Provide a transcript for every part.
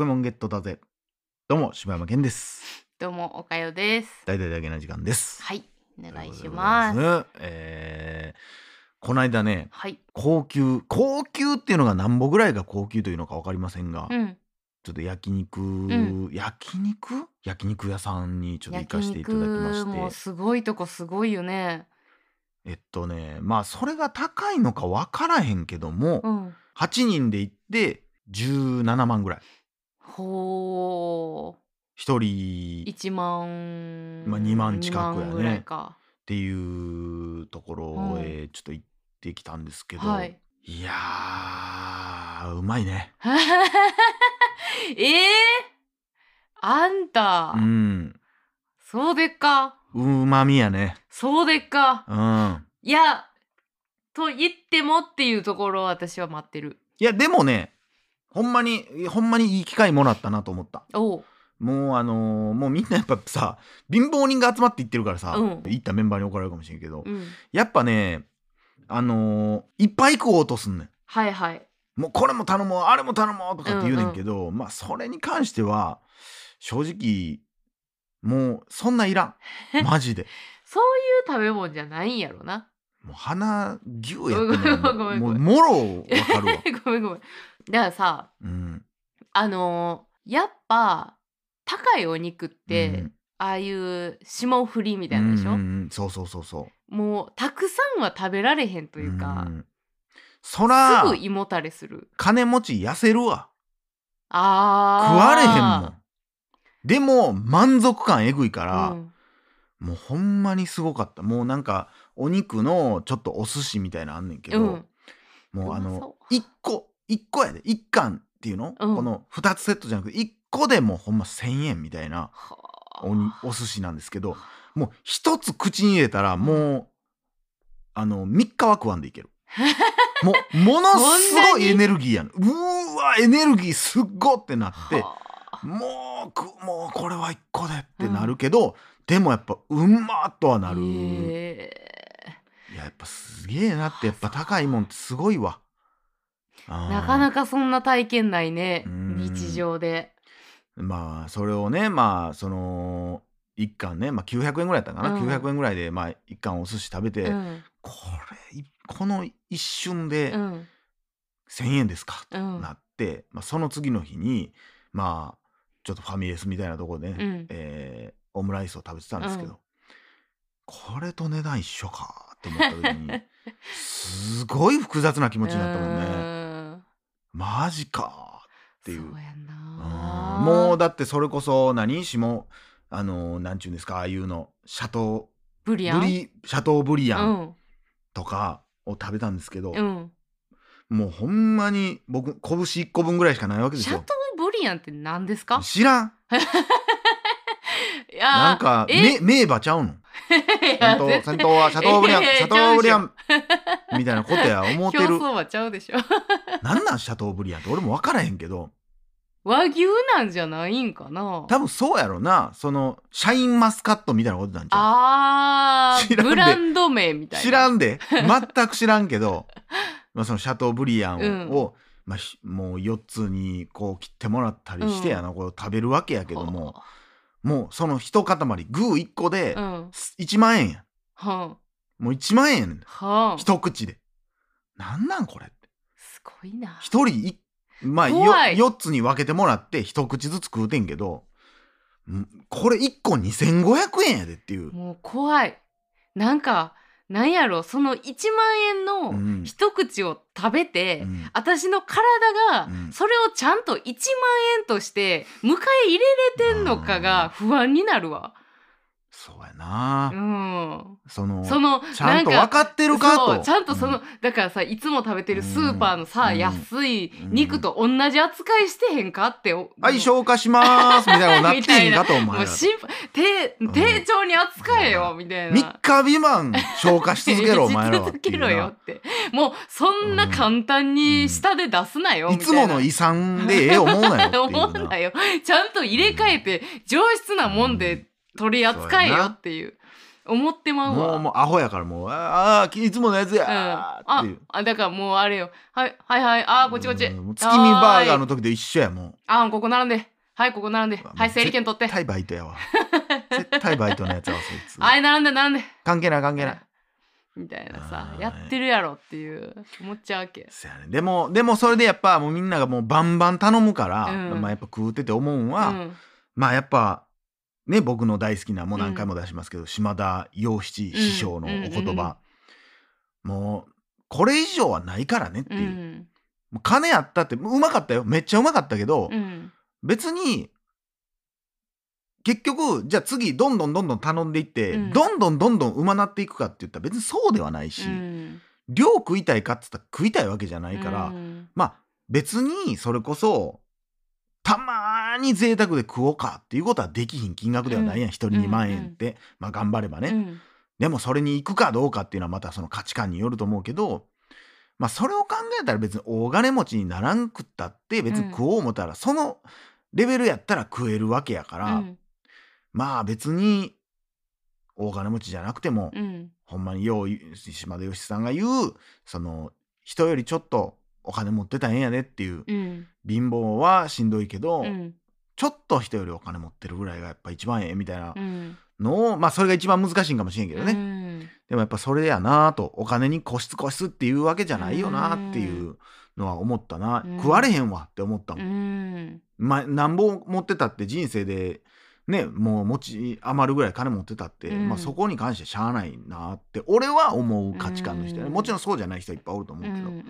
ケモンゲットだぜ。どうも柴山健です。 どうもおかよです。 大々だけな時間です。 はい、お願いします。 この間ね、 はい。 高級っていうのが何ぼぐらいが高級というのか分かりませんが、 うん。 ちょっと焼肉屋さんにちょっと行かせていただきまし焼肉もて、 すごいとこすごいよね。 まあそれが高いのか分からへんけども、 うん。 8人で行って17万ぐらい。 ほー、 1人 1万、 2万近くや 2万ぐらいねか。 っていうところへちょっと行ってきたんですけど、 はい。 いやーうまいね。 あんた、そうでっか。 うまみやね。 そうでっか。 いいや、と言ってもっていうところを私は待ってる。 やでもね、ほんまにいい機会もらったなと思った。 おう。 もうもうみんなやっぱさ、貧乏人が集まって行ってるからさ、 うん行ったメンバーに怒られるかもしれんけど、 うん。 やっぱね、いっぱい食おうとすんねん。 はいはい。 もうこれも頼もうあれも頼もうとかって言うねんけど、まあそれに関しては正直もうそんないらん。マジで。 そういう食べ物じゃないんやろな。 もう鼻ギューやってんのごめんもうもろわかるわ。 ごめん。だからさ、やっぱ高いお肉って、ああいう霜降りみたいなでしょ、 そうもうたくさんは食べられへんというか、 そらすぐ胃もたれする。 金持ち痩せるわ。食あわれへんもん。でも満足感えぐいから、もうほんまにすごかった。もうなんかお肉のちょっとお寿司みたいなのあんねんけど、もう1個やで、1貫っていうの、この2つセットじゃなくて1個でもうほんま1000円みたいなお寿司なんですけど、もう1つ口に入れたらもう3日は食わんでいける。ものすごいエネルギーやん。うわエネルギーすっごってなって、もうこれは1個でってなるけど、でもやっぱうんまーとはなる。いややっぱすげえなって、やっぱ高いもんってすごいわ。 なかなかそんな体験ないね、日常で。 まあそれをね、まあその1貫ね、まあ900円ぐらいやったかな、900円ぐらいでまあ1貫お寿司食べて、この一瞬で1000円ですかとなって、まあその次の日にまあちょっとファミレスみたいなところでね、オムライスを食べてたんですけど、これと値段一緒かって思った時にすごい複雑な気持ちになったもんね。マジかっていう。 そうやな。 もうだってそれこそなんちゅうんですか、ああいうのシャトーブリアンとかを食べたんですけど、もうほんまに僕拳1個分ぐらいしかないわけですよ。 シャトーブリアンって何ですか？ 知らん。なんか名馬ちゃうの？先頭はシャトーブリアンみたいなことや思ってる。 競争はちゃうでしょ。 なんなんシャトーブリアンって俺も分からへんけど、 和牛なんじゃないんかな。 多分そうやろな。そのシャインマスカットみたいなことなんじゃん。 ブランド名みたいな。 知らんで、全く知らんけどまあそのシャトーブリアンを、まあ、もう4つにこう切ってもらったりしてこう食べるわけやけども、もうその一塊グー1個で1万円や、もう1万円やねん、一口で。なんなんこれって。 すごいな。 一人まあ4つに分けてもらって一口ずつ食うてんけど、これ1個2500円やでっていう。 もう怖い。なんやろ、その1万円の一口を食べて、私の体がそれをちゃんと1万円として迎え入れれてんのかが不安になるわ。 そうやな。そのちゃんと分かってるかと。 ちゃんとだからさ、いつも食べてるスーパーのさ、安い肉と同じ扱いしてへんかって。 はい、消化しますみたいなことなってへんかと、お前ら。 もう丁重に扱えよみたいな。 3日未満消化し続けろお前らは。 続けろよって。もうそんな簡単に下で出すなよみたいな。 いつもの遺産で思うなよっていうな。 思うなよ。ちゃんと入れ替えて上質なもんで取り扱えよっていう。 思ってまうわ。 もうアホやからもうああいつものやつやーっていう、 だからもうあれよ。はいはいはい、あーこっちこっち。 もう月見バーガーの時と一緒やもう。 ここ並んで。はい、ここ並んで。はい、整理券取って。 絶対バイトやわ。絶対バイトのやつやわ、そいつ。 はい、並んで並んで。 関係ない関係ない。 みたいなさ、やってるやろっていう思っちゃうわけ。 そうやね。でもそれでやっぱもうみんながもうバンバン頼むから、まあやっぱ食うてて思うんは、まあやっぱね、僕の大好きな、もう何回も出しますけど、島田洋七師匠のお言葉、もうこれ以上はないからねっていう、もう金あったってうまかったよ、めっちゃうまかったけど、別に結局じゃあ次どんどん頼んでいって、どんどんうまなっていくかって言ったら別にそうではないし、量食いたいかって言ったら食いたいわけじゃないから、まあ別にそれこそたまに贅沢で食おうかっていうことはできひん金額ではないやん、1人2万円って、まあ頑張ればね、でもそれに行くかどうかっていうのはまたその価値観によると思うけど、まあそれを考えたら別に大金持ちにならんくったって別に食おう思ったらそのレベルやったら食えるわけやから、まあ別に大金持ちじゃなくても、ほんまに島田義さんが言うその人よりちょっとお金持ってたらええんやでっていう、貧乏はしんどいけど、ちょっと人よりお金持ってるぐらいがやっぱ一番ええみたいなのを、まあそれが一番難しいんかもしれんけどね、でもやっぱそれやなと、お金に固執っていうわけじゃないよなっていうのは思ったな、食われへんわって思ったもん、まあなんぼ持ってたって人生でね、もう持ち余るぐらい金持ってたって、まあそこに関してしゃあないなって俺は思う価値観の人やね、もちろんそうじゃない人いっぱいおると思うけど、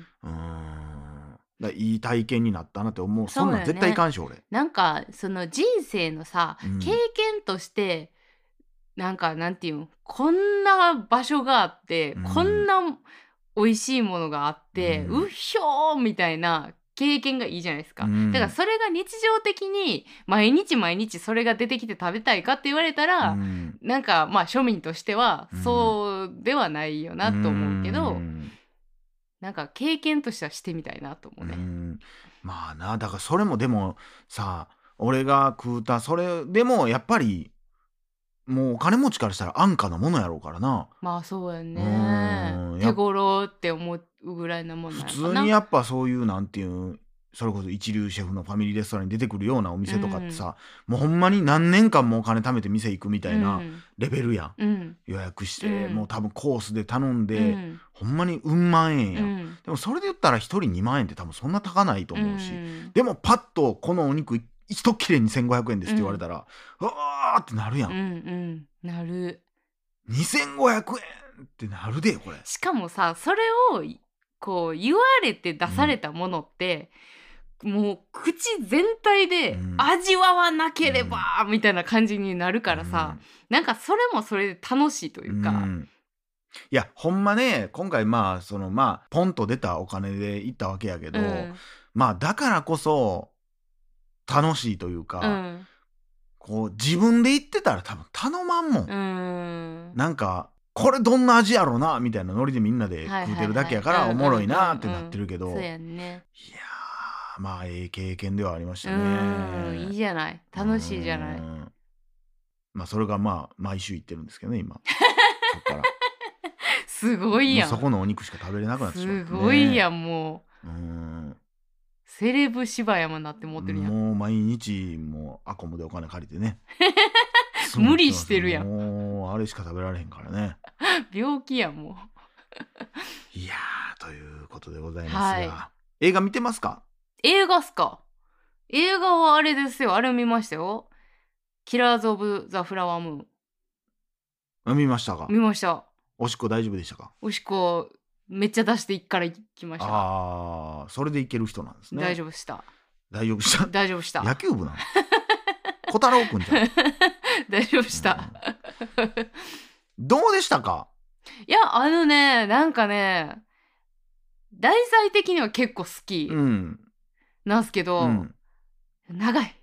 だいい体験になったなって思う。そんなん絶対いかんし俺。 なんかその人生のさ、経験としてなんかなんていうんこんな場所があって、こんな美味しいものがあって、うひょーみたいな経験がいいじゃないですか、だからそれが日常的に毎日それが出てきて食べたいかって言われたら、なんかまあ庶民としてはそうではないよなと思うけど、なんか経験としてはしてみたいなと思うね。 まあな、だからそれもでもさ、俺が食うたそれでもやっぱりもうお金持ちからしたら安価なものやろうからな。 まあそうやね。手頃って思うぐらいなもんなのかな。 普通にやっぱそういうなんていうそれこそ一流シェフのファミリーレストランに出てくるようなお店とかってさ、もうほんまに何年間もお金貯めて店行くみたいなレベルやん、予約して、もう多分コースで頼んで、ほんまに万円やん、でもそれで言ったら1人2万円って多分そんな高ないと思うし、でもパッとこのお肉一切れに1500円ですって言われたら、うわーってなるやん、 なる。 2500円ってなるでこれ。 しかもさ、それをこう言われて出されたものって、もう口全体で味わわなければみたいな感じになるからさ、なんかそれもそれで楽しいというか、 いやほんまね、今回まあそのまあポンと出たお金で行ったわけやけど、まあだからこそ楽しいというか、こう自分で行ってたら多分頼まんもん、なんかこれどんな味やろうなみたいなノリでみんなで食うてるだけやからおもろいなってなってるけど、 そうやんね。 いやまあええ経験ではありましたね。 いいじゃない、楽しいじゃない。 まあそれがまあ毎週行ってるんですけどね今そっからすごいやん。 そこのお肉しか食べれなくなってしまって、 すごいやんもう。セレブ柴山になって持ってるやん。 もう毎日もうアコムでお金借りてね無理してるやん。 もうあれしか食べられへんからね病気やんもう。いやーということでございますが、映画見てますか？ 映画っすか？映画はあれですよ、あれ見ましたよ。キラーズ・オブ・ザ・フラワームーン。 見ましたか？ 見ました。 おしっこ大丈夫でしたか？ おしっこめっちゃ出して一から行きました。 ああ、それでいける人なんですね。 大丈夫した。 大丈夫した。 大丈夫した。 野球部なの？小太郎くんじゃん。 大丈夫した。 どうでしたか？ いやなんかね、題材的には結構好きなんすけど、長い。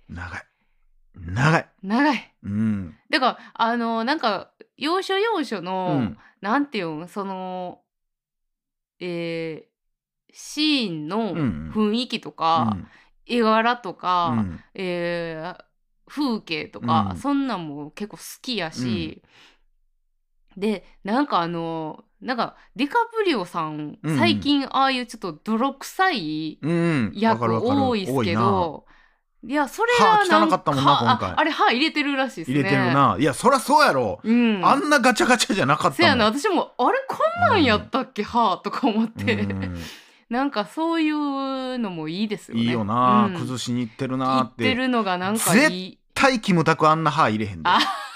だからなんか要所要所の、なんていうんそのシーンの雰囲気とか、絵柄とか、風景とか、そんなんも結構好きやし、 でなんかなんかディカプリオさん、最近ああいうちょっと泥臭い役多いっすけど、いやそれは歯汚かったもんな今回。 あれ歯入れてるらしいですね。 入れてるな。いやそりゃそうやろ、あんなガチャガチャじゃなかったもん。 せやな、私もあれこんなんやったっけ、歯とか思って、なんかそういうのもいいですよね。 いいよな、崩しに行ってるなって。 言ってるのがなんかいい。 絶対キムタクあんな歯入れへんで。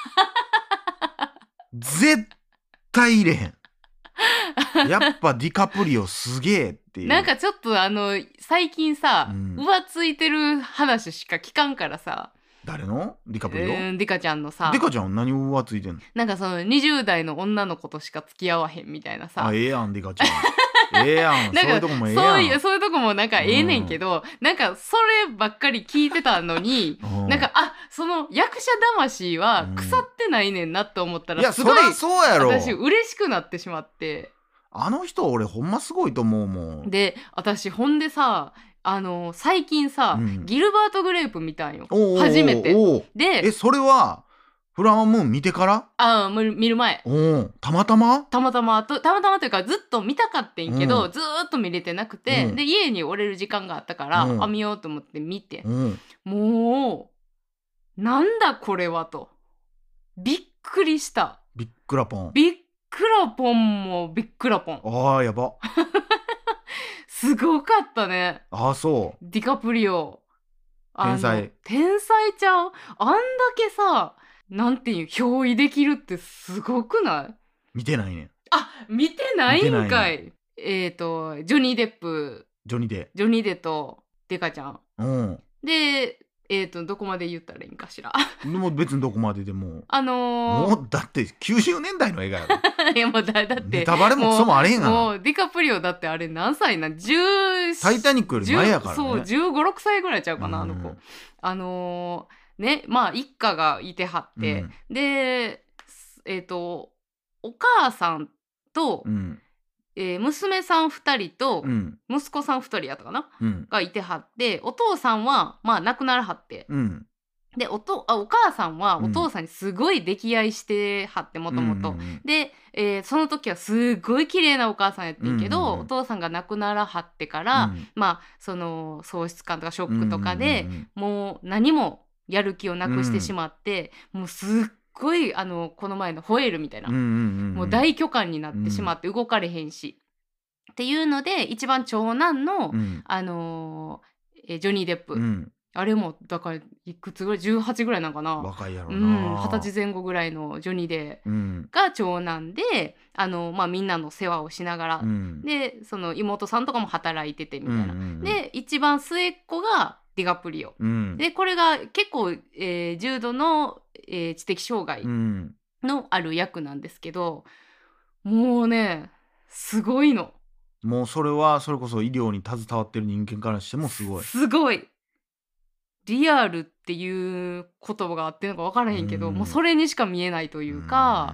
絶対入れへん。やっぱディカプリオすげえっていう。 なんかちょっと最近さ、浮ついてる話しか聞かんからさ。 誰のディカプリオ？ ディカちゃんのさ。 ディカちゃん何浮ついてんの？ なんかその20代の女の子としか付き合わへんみたいなさ。 あ、ええやんディカちゃん。ええやん。そういうとこもええやん。 そういうとこもなんかええねんけど、なんかそればっかり聞いてたのに、なんかその役者魂は腐ってないねんなって思ったら、すごいそうやろ。 私嬉しくなってしまって。 あの人俺ほんますごいと思うもん。 で私ほんでさ、最近さ、ギルバート・グレープ見たんよ、初めて。でそれはフラワームーン見てから？ 見る前。 たまたまというかずっと見たかってんけど、ずーっと見れてなくて、で家におれる時間があったから、見ようと思って見て、もうなんだこれはとびっくりした。 ビックラポン。 ビックラポンもビックラポン。 あーやば。 すごかったね。 そう。 ディカプリオ天才ちゃう。あんだけさ、なんていう憑依できるってすごくない？ 見てないねん。 見てないんかい。ジョニー・デップ。ジョニーデとデカちゃん。でどこまで言ったらいいんかしら。 もう別にどこまででも。もうだって90年代の映画やろ。 いやもうだってネタバレもクソもあれへんがな。 もうディカプリオだってあれ何歳な、 タイタニックより前やからね。 そう15、6歳ぐらいちゃうかな、あの子。ね、まあ一家がいてはって、でお母さんと、娘さん2人と、息子さん2人やったかな、がいてはって、お父さんはまあ亡くならはって、でお母さんはお父さんにすごい溺愛してはって、もともと。で、その時はすごい綺麗なお母さんやってんけど、お父さんが亡くならはってから、まあその喪失感とかショックとかで、もう何もやる気をなくしてしまって、もうすっごいこの前のホエールみたいな、もう大巨漢になってしまって動かれへんし、っていうので一番長男の、ジョニー・デップ、あれもだからいくつぐらい、18ぐらいなんかな、 若いやろな、 20歳前後ぐらいのジョニーデが長男で、まあ、みんなの世話をしながら、でその妹さんとかも働いててみたいな、で一番末っ子がディカプリオ、でこれが結構、重度の、知的障害のある役なんですけど、もうねすごいの。 もうそれはそれこそ医療に携わってる人間からしてもすごい。 すごいリアルっていう言葉があってんのか分からへんけど、もうそれにしか見えないというか、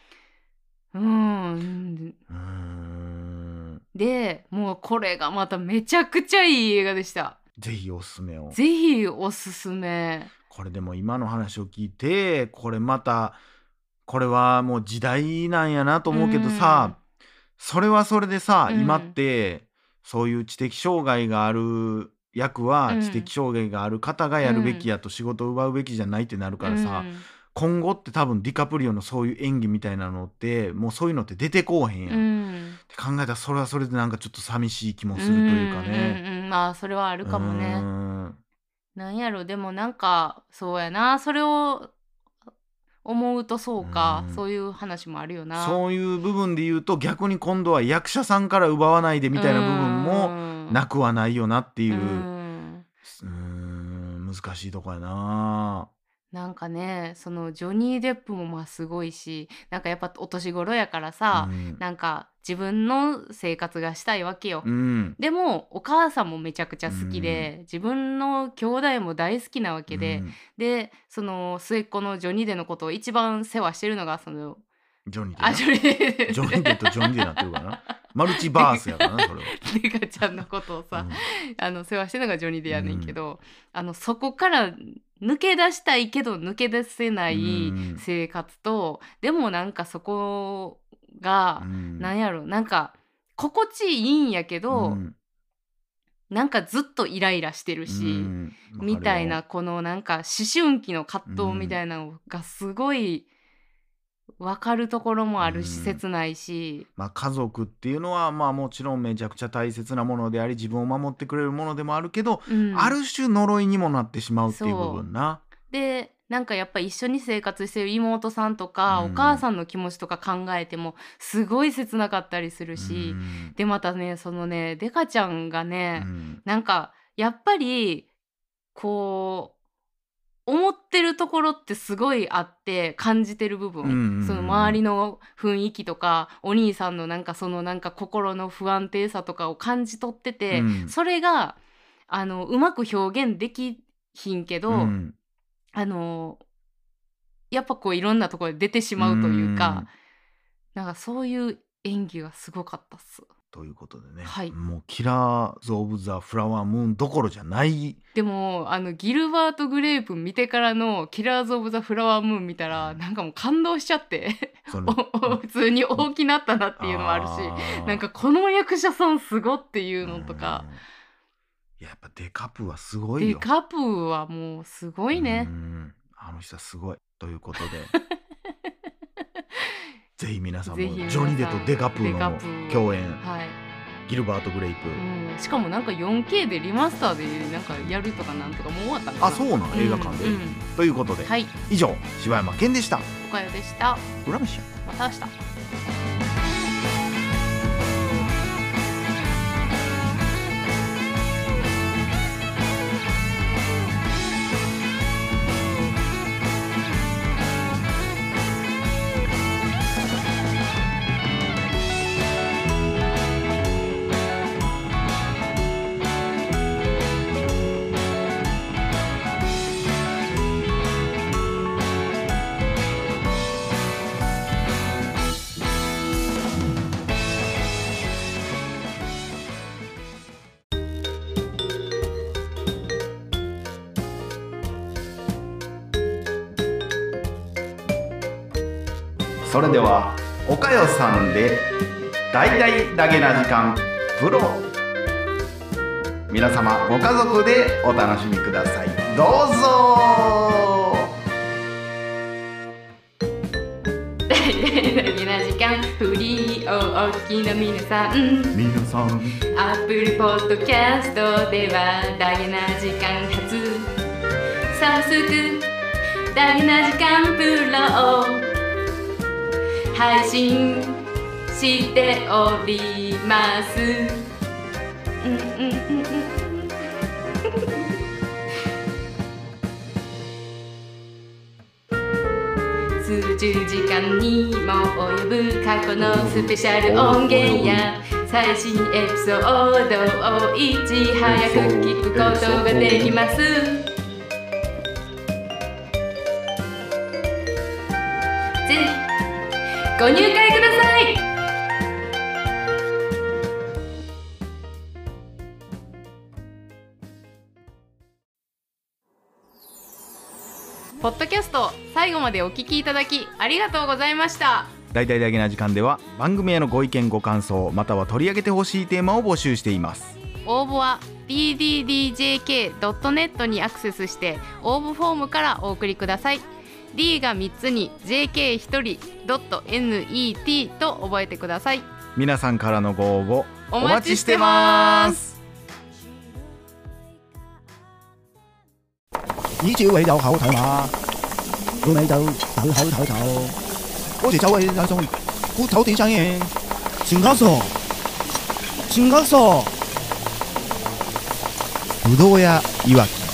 でもうこれがまためちゃくちゃいい映画でした。 ぜひおすすめを。 ぜひおすすめ。 これでも今の話を聞いて、これまたこれはもう時代なんやなと思うけどさ、それはそれでさ、今ってそういう知的障害がある役は知的障害がある方がやるべきやと、仕事を奪うべきじゃないってなるからさ、今後って多分ディカプリオのそういう演技みたいなのってもうそういうのって出てこうへんやん、って考えたらそれはそれでなんかちょっと寂しい気もするというかね。 まあそれはあるかもね。なんやろ、でもなんかそうやな、それを思うとそうか、そういう話もあるよな。 そういう部分で言うと逆に今度は役者さんから奪わないでみたいな部分もなくはないよなっていう、難しいとこやな。 なんかね、そのジョニー・デップもまあすごいし、なんかやっぱお年頃やからさ、なんか自分の生活がしたいわけよ、でもお母さんもめちゃくちゃ好きで、自分の兄弟も大好きなわけで、でその末っ子のジョニー・デのことを一番世話してるのがそのジョニーあ、ジョニージョニーデとジョニーデになってるからな。マルチバースやからな、それは。 デカちゃんのことをさ、世話してるのがジョニーデやねんけど、そこから抜け出したいけど抜け出せない生活と、でもなんかそこが、なんやろ、なんか心地いいんやけど、なんかずっとイライラしてるし、みたいな、このなんか思春期の葛藤みたいなのがすごい分かるところもあるし、切ないし、 家族っていうのはもちろんめちゃくちゃ大切なものであり、自分を守ってくれるものでもあるけど、ある種呪いにもなってしまうっていう部分な。 でなんかやっぱ一緒に生活してる妹さんとか、お母さんの気持ちとか考えてもすごい切なかったりするし、でまたね、そのねデカちゃんがね、なんかやっぱりこう思ってるところってすごいあって、感じてる部分、その周りの雰囲気とかお兄さんのなんかそのなんか心の不安定さとかを感じ取ってて、それがうまく表現できひんけど、やっぱこういろんなところで出てしまうというか、なんかそういう演技がすごかったっす。 ということでね、もうキラーズ・オブ・ザ・フラワームーンどころじゃない。 でもギルバート・グレープ見てからのキラーズ・オブ・ザ・フラワームーン見たら、なんかもう感動しちゃって普通に大きなったなっていうのもあるし、なんかこの役者さんすごっていうのとか、 やっぱデカプはすごいよ。 デカプはもうすごいね。 あの人はすごいということでぜひ皆さんもジョニーデとデカプの共演、ギルバート・グレイプ、 しかもなんか 4K でリマスターでなんかやるとかなんとかもう終わったんかな。 あ、そうなの、映画館で、ということで、以上柴山健でした。 岡代でした。 浦飯、 また明日。 それではおかよさんで大々だけな時間プロ、皆様ご家族でお楽しみください。どうぞ。 大々だけな時間、フリーをお聞きの皆さん、Apple Podcast ではだけな時間初、早速だけな時間プロを配信しております。数十時間にも及ぶ過去のスペシャル音源や最新エピソードをいち早く聞くことができます。ぜひご入会ください。ポッドキャスト最後までお聞きいただきありがとうございました。 大々だけな時間では番組へのご意見ご感想または取り上げてほしいテーマを募集しています。 応募は dddjk.net にアクセスして応募フォームからお送りください。D が3つに JK1 人 .net と覚えてください。 皆さんからのご応募お待ちしてます。 依照你就口頭嘛，要你就口口頭頭，嗰時走位就送骨頭點生嘢，全家傻，全家傻，ぶどう屋いわき。